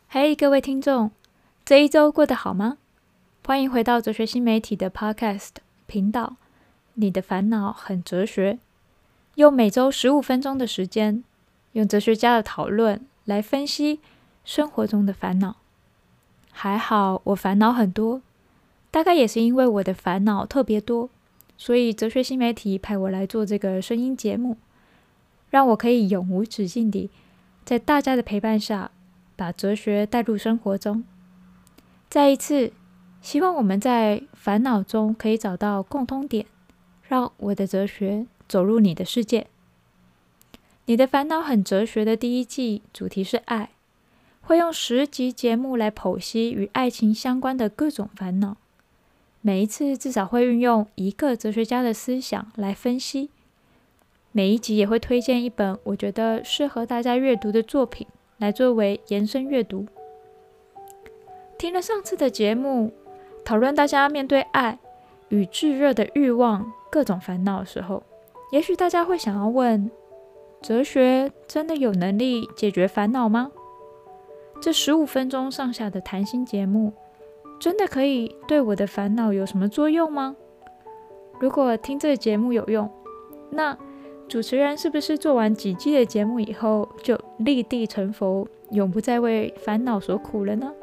嘿，各位听众，这一周过得好吗？欢迎回到哲学新媒体的 Podcast 频道，你的烦恼很哲学，用每周15分钟的时间，用哲学家的讨论来分析生活中的烦恼。还好我烦恼很多，大概也是因为我的烦恼特别多，所以哲学新媒体派我来做这个声音节目，让我可以永无止境地在大家的陪伴下把哲学带入生活中。再一次，希望我们在烦恼中可以找到共通点，让我的哲学走入你的世界。你的烦恼很哲学的第一季主题是爱，会用10集节目来剖析与爱情相关的各种烦恼。每一次至少会运用一个哲学家的思想来分析，每一集也会推荐一本我觉得适合大家阅读的作品来作为延伸阅读。听了上次的节目，讨论大家面对爱与炙热的欲望各种烦恼的时候，也许大家会想要问，哲学真的有能力解决烦恼吗？这15分钟上下的谈心节目，真的可以对我的烦恼有什么作用吗？如果听这个节目有用，那主持人是不是做完几季的节目以后，就立地成佛，永不再为烦恼所苦了呢？